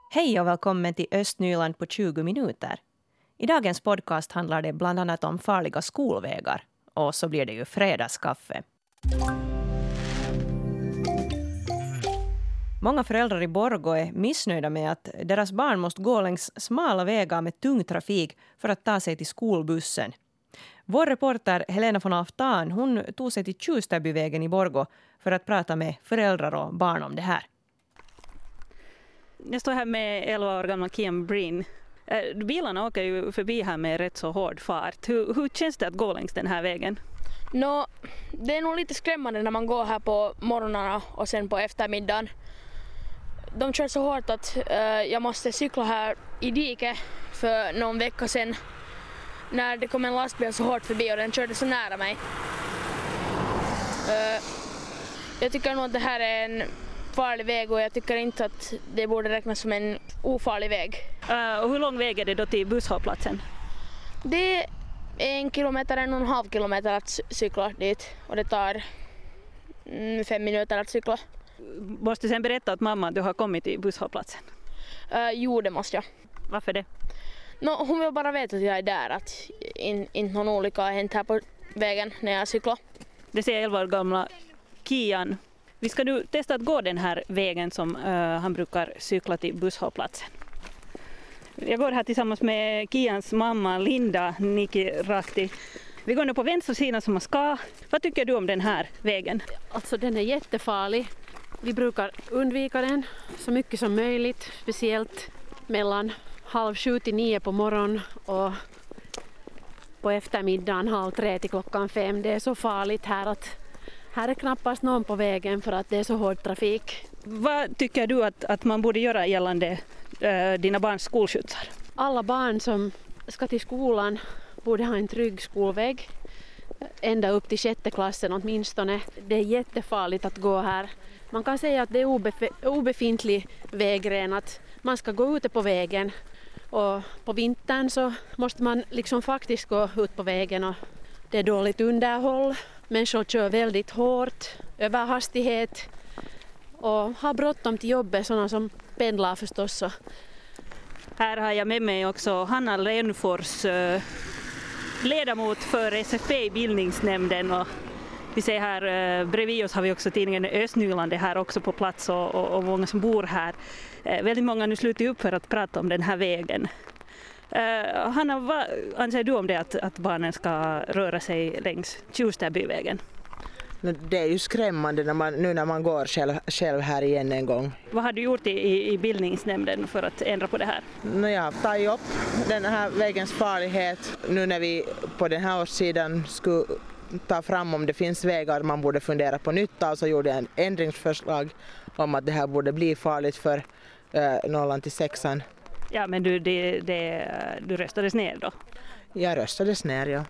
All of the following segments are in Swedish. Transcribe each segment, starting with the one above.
Hej och välkommen till Östnyland på 20 minuter. I dagens podcast handlar det bland annat om farliga skolvägar. Och så blir det ju fredagskaffe. Många föräldrar i Borgå är missnöjda med att deras barn måste gå längs smala vägar med tung trafik för att ta sig till skolbussen. Vår reporter Helena von Aftan, hon tog sig till Tjustbyvägen i Borgå för att prata med föräldrar och barn om det här. Jag står här med 11 år gamla Kian Brin. Bilarna åker ju förbi här med rätt så hård fart. Hur känns det att gå längs den här vägen? Det är nog lite skrämmande när man går här på morgnarna och sen på eftermiddagen. De kör så hårt att jag måste cykla här i diket för någon vecka sedan när det kom en lastbil så hårt förbi och den körde så nära mig. Jag tycker nog att det här är en farlig väg och jag tycker inte att det borde räknas som en ofarlig väg. Och hur lång väg är det då till busshållplatsen? Det är 1 kilometer, 1,5 kilometer att cykla dit och det tar 5 minuter att cykla. Måste sen berätta åt mamma att du har kommit till busshållplatsen? Jo, det måste jag. Varför det? Hon vill bara veta att jag är där, att inte någon olycka har hänt här på vägen när jag cyklar. Det säger 11 år gamla Kian. Vi ska nu testa att gå den här vägen som han brukar cykla till busshållplatsen. Jag går här tillsammans med Kians mamma Linda Nikirakti. Vi går nu på vänstra sidan som man ska. Vad tycker du om den här vägen? Alltså den är jättefarlig. Vi brukar undvika den så mycket som möjligt. Speciellt mellan 6:30 till 9 på morgonen och på eftermiddagen 2:30 till 5:00. Det är så farligt här att här är knappast någon på vägen för att det är så hård trafik. Vad tycker du att man borde göra gällande dina barns skolskjutsar? Alla barn som ska till skolan borde ha en trygg skolväg. Ända upp till 6:e klassen åtminstone. Det är jättefarligt att gå här. Man kan säga att det är obefintlig vägren, att man ska gå ute på vägen. Och på vintern så måste man liksom faktiskt gå ut på vägen och det är dåligt underhåll. Människor kör väldigt hårt, över hastighet och har bråttom till jobbet, sådana som pendlar förstås. Här har jag med mig också Hanna Lenfors, ledamot för SFP i bildningsnämnden. Och vi ser här bredvid oss har vi också tidningen Östnyland här också på plats och många som bor här. Väldigt många nu slutar upp för att prata om den här vägen. Hanna, vad anser du om det att barnen ska röra sig längs Tjustbyvägen? Det är ju skrämmande när man går själv här igen en gång. Vad har du gjort i bildningsnämnden för att ändra på det här? Jag tar ju upp den här vägens farlighet. Nu när vi på den här årssidan skulle ta fram om det finns vägar man borde fundera på nytta, så gjorde jag en ändringsförslag om att det här borde bli farligt för 0 till 6:an. Ja, men du röstades ner då? Jag röstades ner, ja.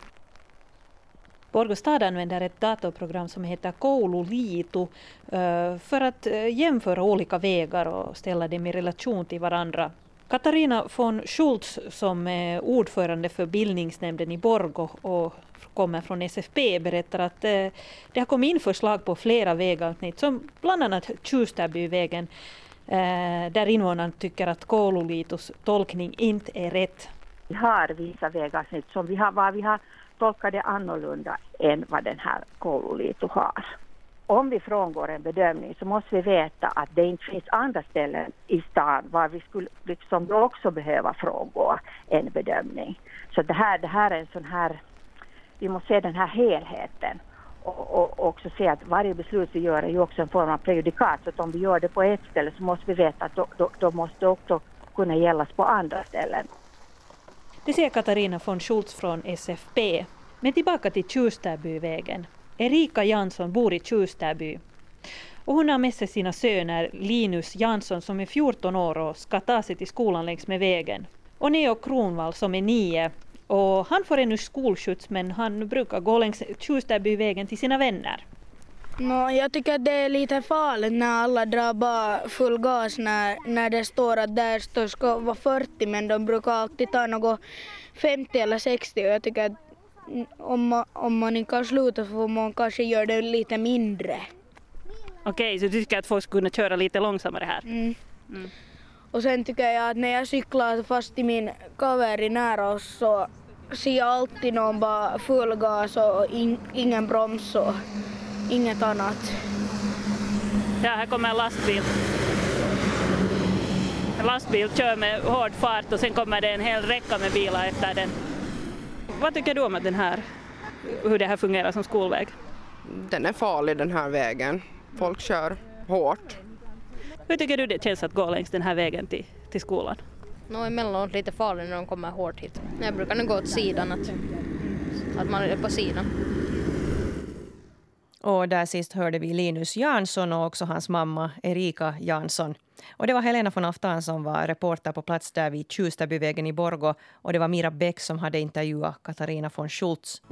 Borgå stad använder ett datorprogram som heter Koululiitu för att jämföra olika vägar och ställa dem i relation till varandra. Katarina von Schultz som är ordförande för bildningsnämnden i Borgå och kommer från SFP berättar att det har kommit in förslag på flera vägavsnitt som bland annat Tjustbyvägen där invånarna tycker att Koululiitus tolkning inte är rätt. Vi har vissa vägavsnitt som vi har tolkat det annorlunda än vad den här Koululiitu har. Om vi frångår en bedömning så måste vi veta att det inte finns andra ställen i stan var vi skulle liksom då också behöva frångå en bedömning. Så det här är en sån här, vi måste se den här helheten och också se att varje beslut vi gör är ju också en form av prejudikat. Så att om vi gör det på ett ställe så måste vi veta att då måste det också kunna gällas på andra ställen. Det säger Katarina von Schultz från SFP. Men tillbaka till Tjustbyvägen. Erika Jansson bor i Tjustby. Och hon har med sig sina söner Linus Jansson som är 14 år och ska ta sig till skolan längs med vägen. Och Neo Kronvall som är 9. Och han får ännu skolskjuts men han brukar gå längs Tjustbyvägen till sina vänner. Jag tycker att det är lite farligt när alla drar bara full gas när det står att där ska vara 40 men de brukar alltid ta något 50 eller 60 och jag tycker att om man inte kan sluta så får man kanske göra det lite mindre. Okej, så du tycker att folk ska kunna köra lite långsammare här? Mm. Och sen tycker jag att när jag cyklar fast i min kaveri nära oss så ser jag alltid någon bara full gas och ingen broms och inget annat. Ja, här kommer en lastbil. En lastbil kör med hård fart och sen kommer det en hel räcka med bilar efter den. Vad tycker du om att hur det här fungerar som skolväg? Den är farlig den här vägen. Folk kör hårt. Hur tycker du det känns att gå längs den här vägen till skolan? Emellanåt lite farligt när de kommer hårt hit. Jag brukar nog gå åt sidan, att man är på sidan. Och där sist hörde vi Linus Jansson och också hans mamma Erika Jansson. Och det var Helena von Aftan som var reporter på plats där vid Tjustabyvägen i Borgå. Och det var Mira Bäck som hade intervjuat Katarina von Schultz.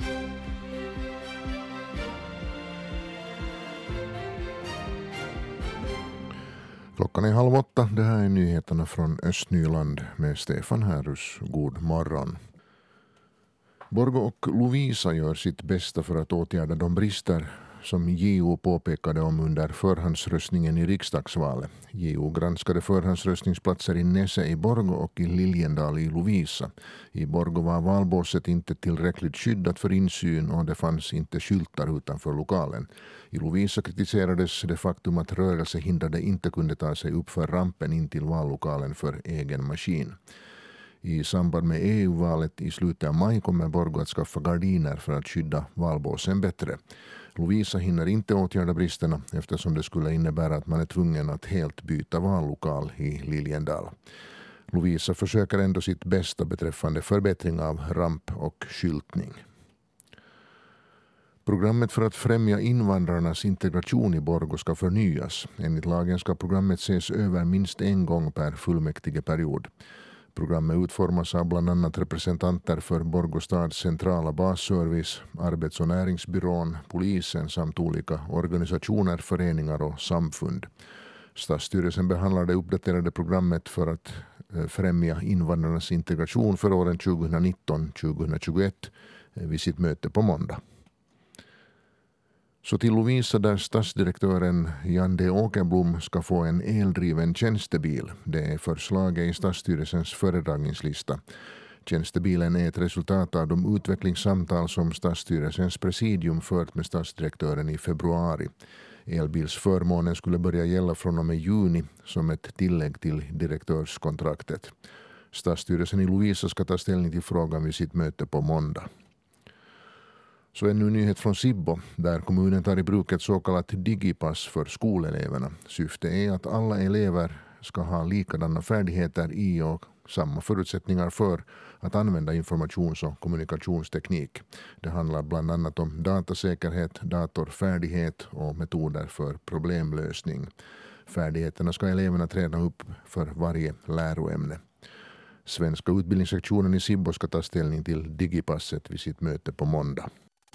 Klockan är 7:30. Det här är nyheterna från Östnyland med Stefan Härus. God morgon. Borgå och Lovisa gör sitt bästa för att åtgärda de brister som JO påpekade om under förhandsröstningen i riksdagsvalet. JO granskade förhandsröstningsplatser i Näse i Borgå och i Liljendal i Lovisa. I Borgå var valbåset inte tillräckligt skyddat för insyn och det fanns inte skyltar utanför lokalen. I Lovisa kritiserades det faktum att rörelsehindrade inte kunde ta sig upp för rampen in till vallokalen för egen maskin. I samband med EU-valet i slutet av maj kommer Borgå att skaffa gardiner för att skydda valbåsen bättre. Lovisa hinner inte åtgärda bristerna eftersom det skulle innebära att man är tvungen att helt byta vallokal i Liljendal. Lovisa försöker ändå sitt bästa beträffande förbättring av ramp och skyltning. Programmet för att främja invandrarnas integration i Borgå ska förnyas. Enligt lagen ska programmet ses över minst en gång per fullmäktigeperiod. Programmet utformas av bland annat representanter för Borgå stads centrala basservice, arbets- och näringsbyrån, polisen samt olika organisationer, föreningar och samfund. Stadsstyrelsen behandlar det uppdaterade programmet för att främja invandrarnas integration för åren 2019-2021 vid sitt möte på måndag. Så till Lovisa där stadsdirektören Jan D. Åkerblom ska få en eldriven tjänstebil. Det är förslaget i stadsstyrelsens föredragningslista. Tjänstebilen är ett resultat av de utvecklingssamtal som stadsstyrelsens presidium fört med stadsdirektören i februari. Elbilsförmånen skulle börja gälla från och med juni som ett tillägg till direktörskontraktet. Stadsstyrelsen i Lovisa ska ta ställning till frågan vid sitt möte på måndag. Så en ny nyhet från Sibbo, där kommunen tar i bruk ett så kallat digipass för skoleleverna. Syftet är att alla elever ska ha likadana färdigheter i och samma förutsättningar för att använda informations- och kommunikationsteknik. Det handlar bland annat om datasäkerhet, datorfärdighet och metoder för problemlösning. Färdigheterna ska eleverna träna upp för varje läroämne. Svenska utbildningssektionen i Sibbo ska ta ställning till digipasset vid sitt möte på måndag.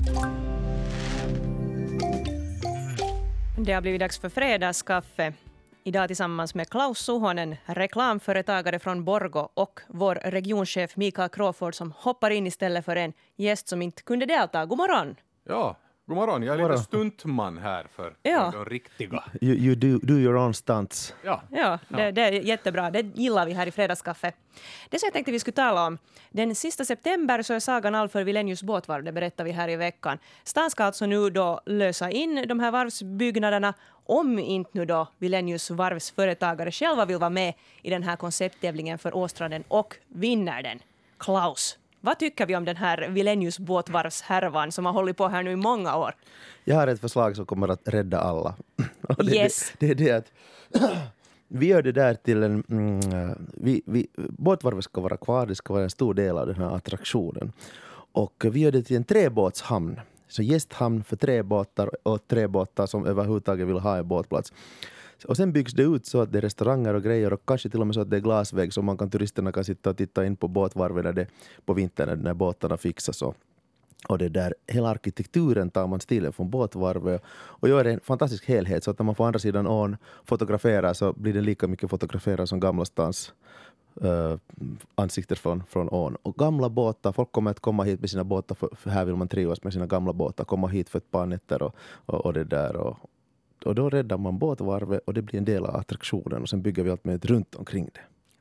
Det har blivit dags för fredagskaffe. Idag tillsammans med Klaus Suhonen, reklamföretagare från Borgå, och vår regionchef Mikael Crawford som hoppar in istället för en gäst som inte kunde delta. God morgon! Ja, god morgon. Jag är lite stuntman här för de riktiga. You do your own stunts. Ja, det är jättebra. Det gillar vi här i fredagskaffe. Det som jag tänkte vi skulle tala om. Den sista september så är sagan all för Willenius båtvarv. Det berättar vi här i veckan. Stan ska alltså nu då lösa in de här varvsbyggnaderna om inte nu då Willenius varvsföretagare själva vill vara med i den här koncepttävlingen för Åstranden och vinner den. Klaus, vad tycker vi om den här Willenius båtvarvshärvan som har hållit på här nu i många år? Jag har ett förslag som kommer att rädda alla. Det är det att vi gör det där till en... båtvarvet ska vara kvar, det ska vara en stor del av den här attraktionen. Och vi gör det till en träbåtshamn. Så gästhamn för träbåtar och träbåtar som överhuvudtaget vill ha en båtplats. Och sen byggs det ut så att det är restauranger och grejer och kanske till och med så att det är glasvägg så man kan, turisterna kan sitta och titta in på båtvarvet när det, på vintern när båtarna fixas. Och det där, hela arkitekturen tar man stilen från båtvarvet och gör en fantastisk helhet så att när man på andra sidan ån fotograferar så blir det lika mycket fotograferar som Gamla stans ansikter från ån. Och gamla båtar, folk kommer att komma hit med sina båtar för här vill man trivas med sina gamla båtar, komma hit för ett par nätter och det där och då räddar man båtvarvet och det blir en del av attraktionen och sen bygger vi allt med runt omkring det.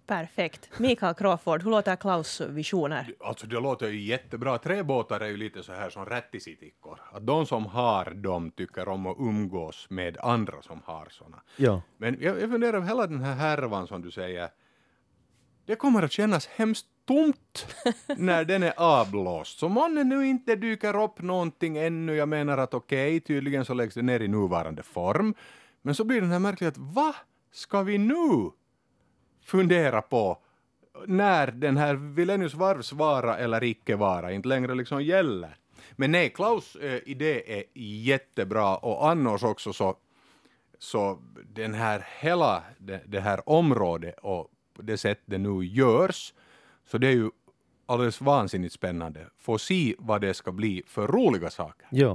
Perfekt. Mikael Crawford, hur låter Klaus visioner? Alltså det låter ju jättebra. Träbåtar är ju lite så här som rättisitikor. Att de som har dem tycker om att umgås med andra som har såna. Ja. Men jag funderar på hela den här härvan som du säger. Det kommer att kännas hemskt tomt när den är avblåst. Så om det nu inte dyker upp någonting ännu. Jag menar att okej, tydligen så läggs det ner i nuvarande form. Men så blir den här märkligt att vad ska vi nu fundera på när den här Wallenius Varvs vara eller icke vara inte längre liksom gäller. Men nej, Klaus idé är jättebra och annars också så den här hela det här området och det sätt det nu görs, så det är ju alldeles vansinnigt spännande. Få se vad det ska bli för roliga saker. Ja.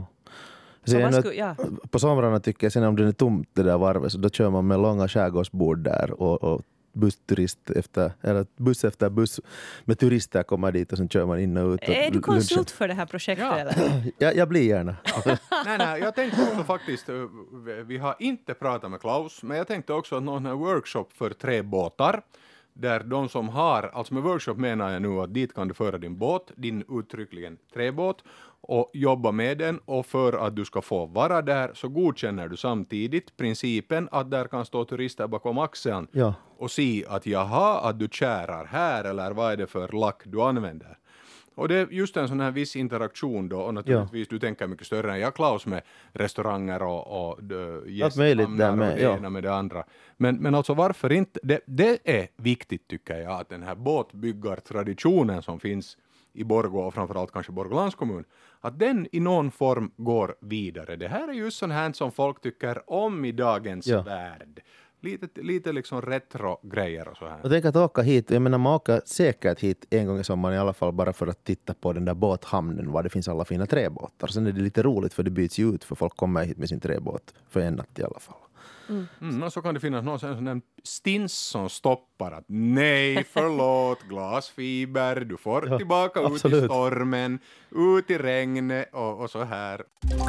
På somrarna tycker jag sen om det är tomt det där varvet så då kör man med långa skärgårdsbord där och buss efter buss med turister kommer dit och sen kör man in och ut. Är du konsult för det här projektet eller? Jag blir gärna. Nej, jag tänkte också faktiskt, vi har inte pratat med Klaus, men jag tänkte också att någon här workshop för träbåtar, där de som har, alltså med workshop menar jag nu att dit kan du föra din båt, din uttryckligen träbåt, och jobba med den, och för att du ska få vara där så godkänner du samtidigt principen att där kan stå turister bakom axeln och se att att du kärar här eller vad är det för lack du använder. Och det är just en sån här viss interaktion då, och naturligtvis du tänker mycket större än jag, Klaus, med restauranger och gästhamnar och det ena med det andra. Men alltså varför inte? Det är viktigt tycker jag att den här båtbyggartraditionen som finns i Borgå och framförallt kanske Borgålands kommun, att den i någon form går vidare. Det här är just sån här som folk tycker om i dagens värld. Lite liksom retro-grejer och så här. Jag tänker att åka hit, jag menar man åker säkert hit en gång i sommaren i alla fall bara för att titta på den där båthamnen var det finns alla fina träbåtar. Sen är det lite roligt för det byts ju ut för folk kommer hit med sin träbåt för en natt i alla fall. Och så kan det finnas någon sån stins som stoppar att nej, förlåt, glasfiber, du får tillbaka ut i stormen, ut i regnet och så här.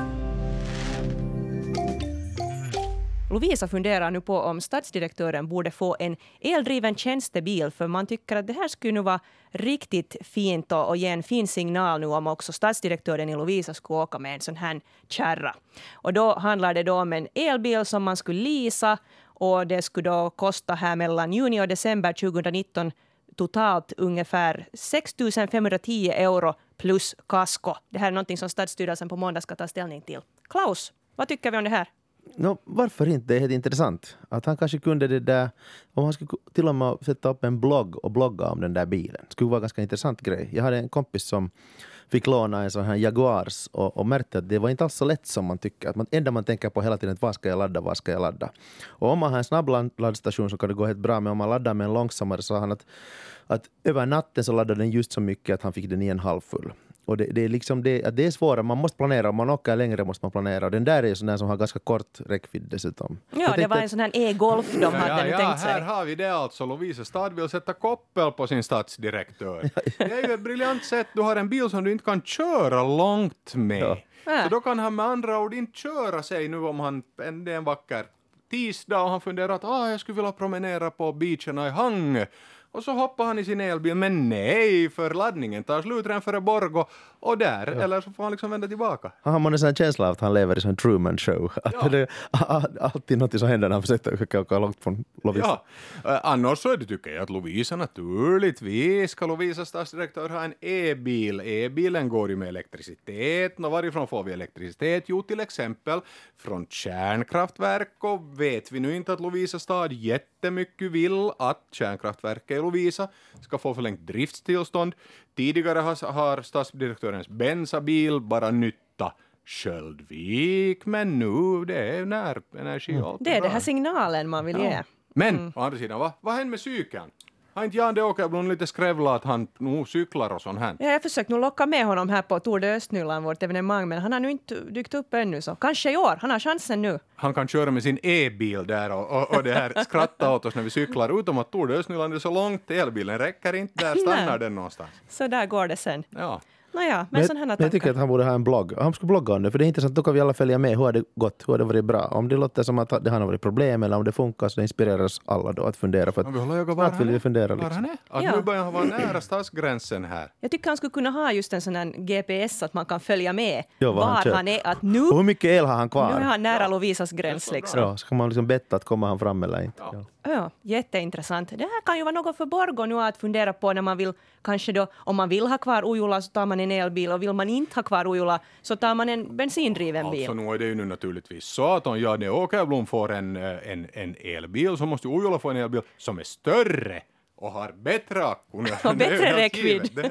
Lovisa funderar nu på om stadsdirektören borde få en eldriven tjänstebil, för man tycker att det här skulle nu vara riktigt fint och ge en fin signal nu om också stadsdirektören i Lovisa skulle åka med en sån här kärra. Och då handlar det då om en elbil som man skulle leasa, och det skulle då kosta här mellan juni och december 2019 totalt ungefär 6 510 euro plus kasko. Det här är någonting som stadsstyrelsen på måndag ska ta ställning till. Klaus, vad tycker vi om det här? Varför inte? Det är helt intressant. Att han kanske kunde det där, om han skulle till och med sätta upp en blogg och blogga om den där bilen. Det skulle vara en ganska intressant grej. Jag hade en kompis som fick låna en sån här Jaguars och märkte att det var inte alls så lätt som man tycker. Att enda man tänker på hela tiden att vad ska jag ladda? Och om man har en snabb laddstation så kan det gå helt bra, men om man laddar med en långsammare så har han att över natten så laddade den just så mycket att han fick den i en halvfull. Och det är liksom det är svårare, man måste planera, om man åker längre måste man planera. Och den där är sån där som har ganska kort räckvidd dessutom. Ja, det var en sån här e-golf de hade tänkt sig. Här har vi det alltså. Lovisa stad vill sätta koppel på sin stadsdirektör. Det är ju ett briljant sätt. Du har en bil som du inte kan köra långt med. Så då kan han med andra ord inte köra sig nu om det är en vacker tisdag och han funderar att jag skulle vilja promenera på beachen i Hang. Och så hoppar han i sin elbil, men nej, för laddningen tar slut redan före Borgå och där, eller så får han liksom vända tillbaka. Har man en sån känsla av att han lever i sån Truman Show? Att det är alltid något som händer när han försöker åka långt från Lovisa. Ja, annars så tycker jag att Lovisa naturligtvis ska Lovisa stadsdirektör ha en e-bil. E-bilen går ju med elektricitet. Och varifrån får vi elektricitet? Jo, till exempel från kärnkraftverk, och vet vi nu inte att Lovisa stad jättemycket vill att kärnkraftverket i Lovisa ska få förlängt driftstillstånd. Tidigare har stadsdirektörens bensabil bara nytta Sköldvik, men nu det är närenergi och allt. Det är den här signalen man vill ge. Men å andra sidan, vad händer med cykeln? Har inte Jan de Åkerblom lite skrävlat att han nu cyklar och sånt här? Ja, jag försökt nog locka med honom här på Tour de Östnyland, vårt evenemang, men han har nu inte dykt upp ännu, så kanske i år. Han har chansen nu. Han kan köra med sin e-bil där och det här skratta åt oss när vi cyklar, utom att Tour de Östnyland är så långt, elbilen räcker inte, där stannar den någonstans. Så där går det sen. Ja. Nåja, men sån här tankar. Jag tycker att han borde ha en blogg. Han ska blogga om det, för det är intressant. Då kan vi alla följa med. Hur har det gått? Hur har det varit bra? Om det låter som att det har varit problem eller om det funkar, så inspirerar oss alla då att fundera. För att snart vill vi fundera. Liksom. Nu börjar han vara nära stadsgränsen här. Jag tycker han skulle kunna ha just en sån här GPS att man kan följa med var han är. Att nu, och hur mycket el har han kvar? Nu är han nära Lovisas gräns. Liksom. Ja, så kan man liksom betta att kommer han fram eller inte. Ja, jätteintressant. Det här kan ju vara något för Borgå nu att fundera på när man vill, kanske då, om man vill ha kvar Ojula så tar man en elbil och vill man inte ha kvar Ojula så tar man en bensindriven bil. Alltså nu är det ju nu naturligtvis så att om Janne Åkerblom får en elbil så måste Ojula få en elbil som är större och har bättre akku. Och bättre räckvidd.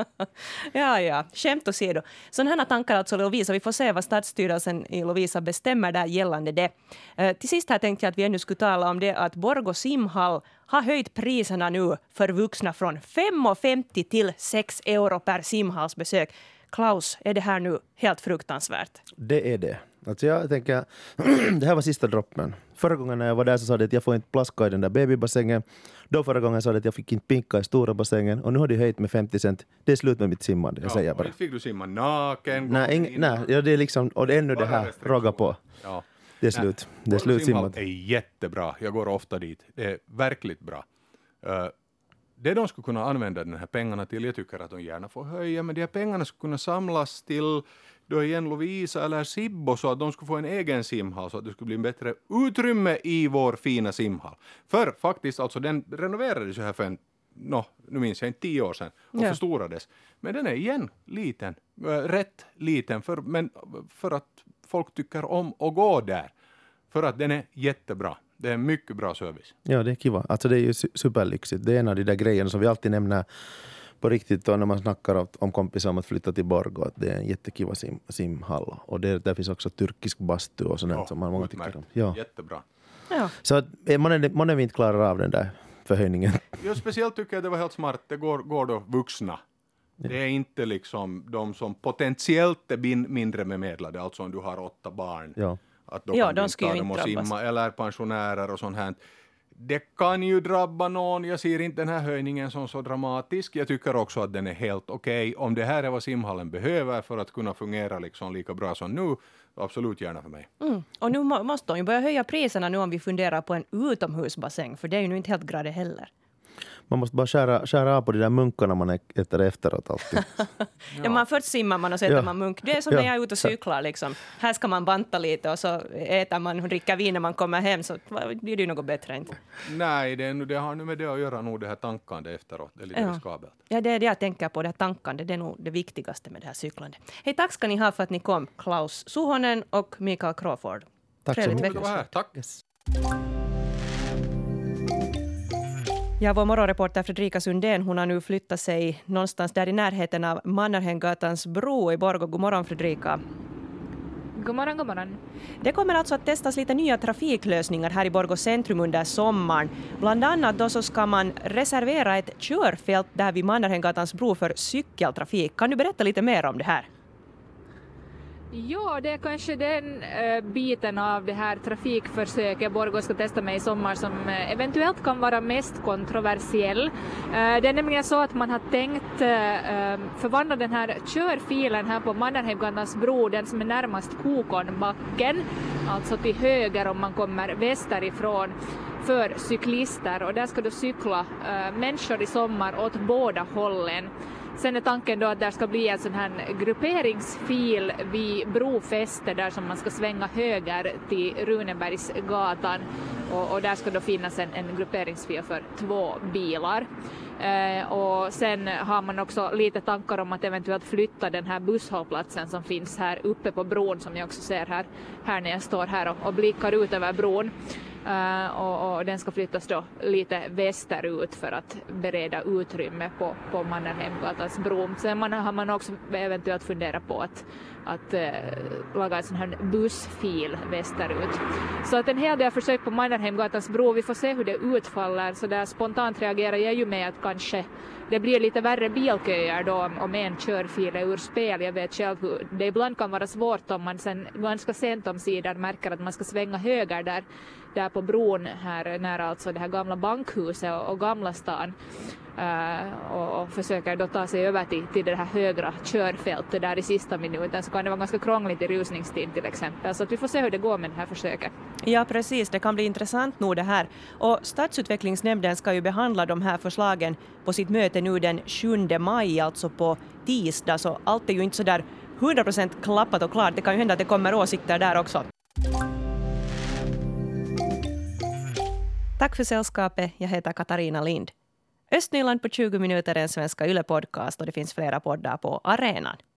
Ja. Skämt åsido. Sådana här tankar alltså Lovisa. Vi får se vad stadsstyrelsen i Lovisa bestämmer där gällande det. Till sist här tänkte jag att vi ännu skulle tala om det att Borgå simhall har höjt priserna nu för vuxna från 5,50 till 6 euro per simhallsbesök. Klaus, är det här nu helt fruktansvärt? Det är det. Alltså jag tänker, det här var sista droppen. Förra gången när jag var där så sa det att jag får inte plaska i den där babybassängen. Då förra gången sa det att jag fick inte pinka i stora bassängen. Och nu har de höjt med 50 cent. Det är slut med mitt simmande, jag säger bara. Fick du simma naken? Nej, det är liksom, och det är ännu det här, råga på. Ja. Det är slut. Det är slut simmat. Det är jättebra. Jag går ofta dit. Det är verkligt bra. Det de skulle kunna använda den här pengarna till, jag tycker att de gärna får höja, men de här pengarna skulle kunna samlas till då igen Lovisa eller Sibbo så att de skulle få en egen simhall så att det skulle bli en bättre utrymme i vår fina simhall. För faktiskt, alltså den renoverades ju här för nu minns jag inte 10 år sedan och förstorades. Men den är igen liten, rätt liten för att folk tycker om att gå där. För att den är jättebra. Det är mycket bra service. Ja, det är kiva. Alltså det är ju superlyxigt. Det är en av de där grejerna som vi alltid nämner på riktigt då när man snackar om kompisar om att flytta till Borgå. Att det är en jättekiva simhall. Och där finns också turkisk bastu och sådant som man många tycker om. Ja. Jättebra. Ja. Så att man inte klarar av den där förhöjningen. Ja, speciellt tycker jag det var helt smart. Det går då vuxna. Ja. Det är inte liksom de som potentiellt är mindre bemedlade. Alltså om du har 8 barn. Ja. Att då kan de ska ju inte simma eller pensionärer och sånt här. Det kan ju drabba någon. Jag ser inte den här höjningen som så dramatisk. Jag tycker också att den är helt okej. Om det här är vad simhallen behöver för att kunna fungera liksom lika bra som nu, absolut gärna för mig. Och nu måste de ju börja höja priserna nu om vi funderar på en utomhusbassäng. För det är ju nu inte helt gradigt heller. Man måste bara skära av på de där munkarna man äter efteråt alltid. Man först simmar man och så äter man munk. Det är som när jag är ute och cyklar. Liksom. Här ska man banta lite och så äter man och dricker vin när man kommer hem. Så blir det ju något bättre inte. Nej, det har nu med det att göra nog det här tankande efteråt. Det är lite riskabelt. Ja, det är det jag tänker på. Det här tankande, det är nog det viktigaste med det här cyklande. Hej, tack ska ni ha för att ni kom. Klaus Suhonen och Mikael Crawford. Tack så mycket. Tack. Yes. Ja, vår morgonreporter Fredrika Sundén, hon har nu flyttat sig någonstans där i närheten av Mannerheimgatans bro i Borgå. God morgon Fredrika. God morgon, god morgon. Det kommer alltså att testas lite nya trafiklösningar här i Borgå centrum under sommaren. Bland annat då så ska man reservera ett körfält där vid Mannerheimgatans bro för cykeltrafik. Kan du berätta lite mer om det här? Ja, det är kanske den biten av det här trafikförsöket Borgå ska testa med i sommar som eventuellt kan vara mest kontroversiell. Det är nämligen så att man har tänkt förvandla den här körfilen här på Mannerheimgatans bro, den som är närmast Kokonbacken, alltså till höger om man kommer västerifrån, för cyklister. Och där ska då cykla människor i sommar åt båda hållen. Sen är tanken då att det ska bli en sån här grupperingsfil vid brofäste där som man ska svänga höger till Runebergsgatan och där ska då finnas en grupperingsfil för 2 bilar. Och sen har man också lite tankar om att eventuellt flytta den här busshållplatsen som finns här uppe på bron som jag också ser här när jag står här och blickar ut över bron. Och den ska flyttas då lite västerut för att bereda utrymme på Mannerheimgatans bro. Sen har man också eventuellt funderat på att laga en sån här bussfil västerut. Så att en hel del försök på Mannerheimgatans bro, vi får se hur det utfaller. Så där spontant reagerar jag ju med att kanske det blir lite värre bilköer då om en körfil är ur spel. Jag vet själv hur det ibland kan vara svårt om man sen ganska sent om sidan märker att man ska svänga höger där där på bron här nära alltså det här gamla bankhuset och Gamla stan. Och försöker då ta sig över till det här högra körfältet där i sista minuten, så kan det vara ganska krångligt i rusningstid till exempel. Så att vi får se hur det går med det här försöket. Ja, precis. Det kan bli intressant nog det här. Och Stadsutvecklingsnämnden ska ju behandla de här förslagen på sitt möte nu den 7 maj, alltså på tisdag. Så allt är ju inte så där 100% klappat och klart. Det kan ju hända att det kommer åsikter där också. Tack för sällskapet. Jag heter Katarina Lind. Östnyland på 20 minuter är en svenska Yle-podcast och det finns flera poddar på arenan.